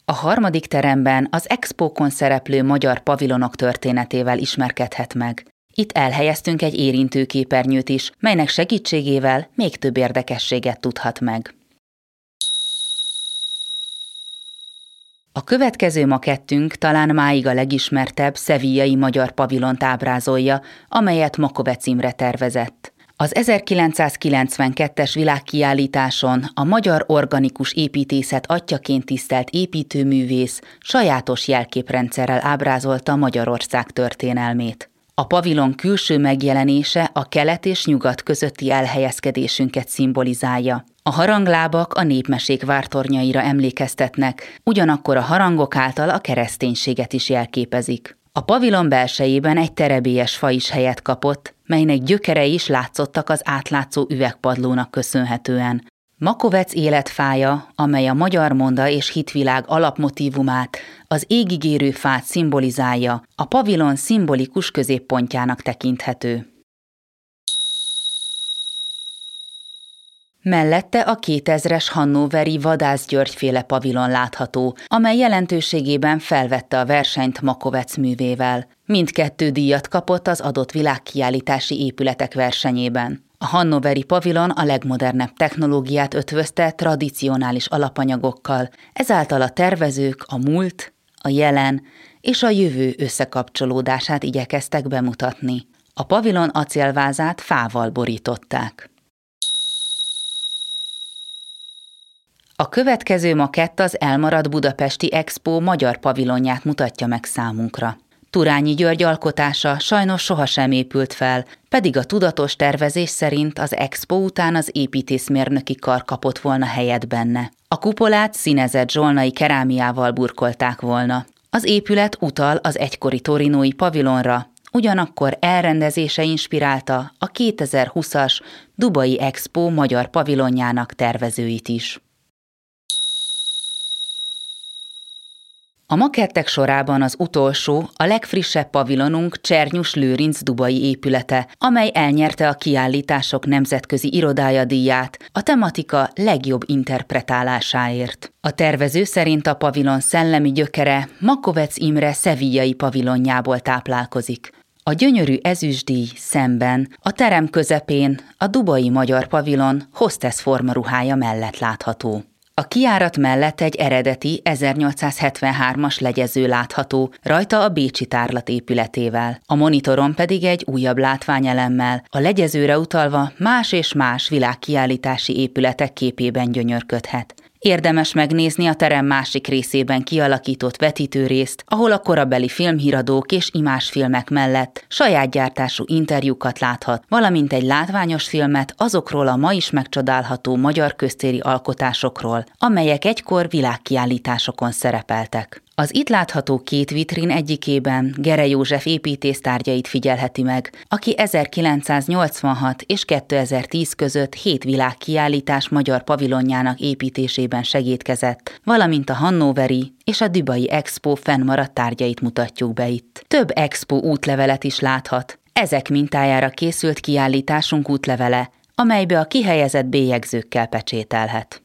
A harmadik teremben az expókon szereplő magyar pavilonok történetével ismerkedhet meg. Itt elhelyeztünk egy érintőképernyőt is, melynek segítségével még több érdekességet tudhat meg. A következő makettünk talán máig a legismertebb szevillai magyar pavilont ábrázolja, amelyet Makovecz Imre tervezett. Az 1992-es világkiállításon a magyar organikus építészet atyjaként tisztelt építőművész sajátos jelképrendszerrel ábrázolta Magyarország történelmét. A pavilon külső megjelenése a kelet és nyugat közötti elhelyezkedésünket szimbolizálja. A haranglábak a népmesék vártornyaira emlékeztetnek, ugyanakkor a harangok által a kereszténységet is jelképezik. A pavilon belsejében egy terebélyes fa is helyet kapott, melynek gyökerei is látszottak az átlátszó üvegpadlónak köszönhetően. Makovecz életfája, amely a magyar monda és hitvilág alapmotívumát, az égigérő fát szimbolizálja, a pavilon szimbolikus középpontjának tekinthető. Mellette a 2000-es hannoveri Vadász György-féle pavilon látható, amely jelentőségében felvette a versenyt Makovecz művével. Mindkettő díjat kapott az adott világkiállítási épületek versenyében. A hannoveri pavilon a legmodernebb technológiát ötvözte tradicionális alapanyagokkal, ezáltal a tervezők a múlt, a jelen és a jövő összekapcsolódását igyekeztek bemutatni. A pavilon acélvázát fával borították. A következő makett az elmaradt budapesti Expó magyar pavilonját mutatja meg számunkra. Turányi György alkotása sajnos sohasem épült fel, pedig a tudatos tervezés szerint az Expó után az építészmérnöki kar kapott volna helyet benne. A kupolát színezett zsolnai kerámiával burkolták volna. Az épület utal az egykori torinói pavilonra, ugyanakkor elrendezése inspirálta a 2020-as Dubai Expó magyar pavilonjának tervezőit is. A makettek sorában az utolsó, a legfrissebb pavilonunk Csernyus Lőrinc dubai épülete, amely elnyerte a kiállítások nemzetközi irodája díját a tematika legjobb interpretálásáért. A tervező szerint a pavilon szellemi gyökere Makovecz Imre szevillai pavilonjából táplálkozik. A gyönyörű ezüstdíj szemben, a terem közepén a dubai magyar pavilon hostess formaruhája mellett látható. A kijárat mellett egy eredeti 1873-as legyező látható, rajta a bécsi tárlat épületével. A monitoron pedig egy újabb látványelemmel, a legyezőre utalva más és más világkiállítási épületek képében gyönyörködhet. Érdemes megnézni a terem másik részében kialakított vetítőrészt, ahol a korabeli filmhíradók és imázsfilmek mellett saját gyártású interjúkat láthat, valamint egy látványos filmet azokról a ma is megcsodálható magyar köztéri alkotásokról, amelyek egykor világkiállításokon szerepeltek. Az itt látható két vitrin egyikében Gere József építésztárgyait figyelheti meg, aki 1986 és 2010 között 7 világkiállítás magyar pavilonjának építésében segédkezett, valamint a hannoveri és a Dubai Expó fennmaradt tárgyait mutatjuk be itt. Több Expó útlevelet is láthat. Ezek mintájára készült kiállításunk útlevele, amelybe a kihelyezett bélyegzőkkel pecsételhet.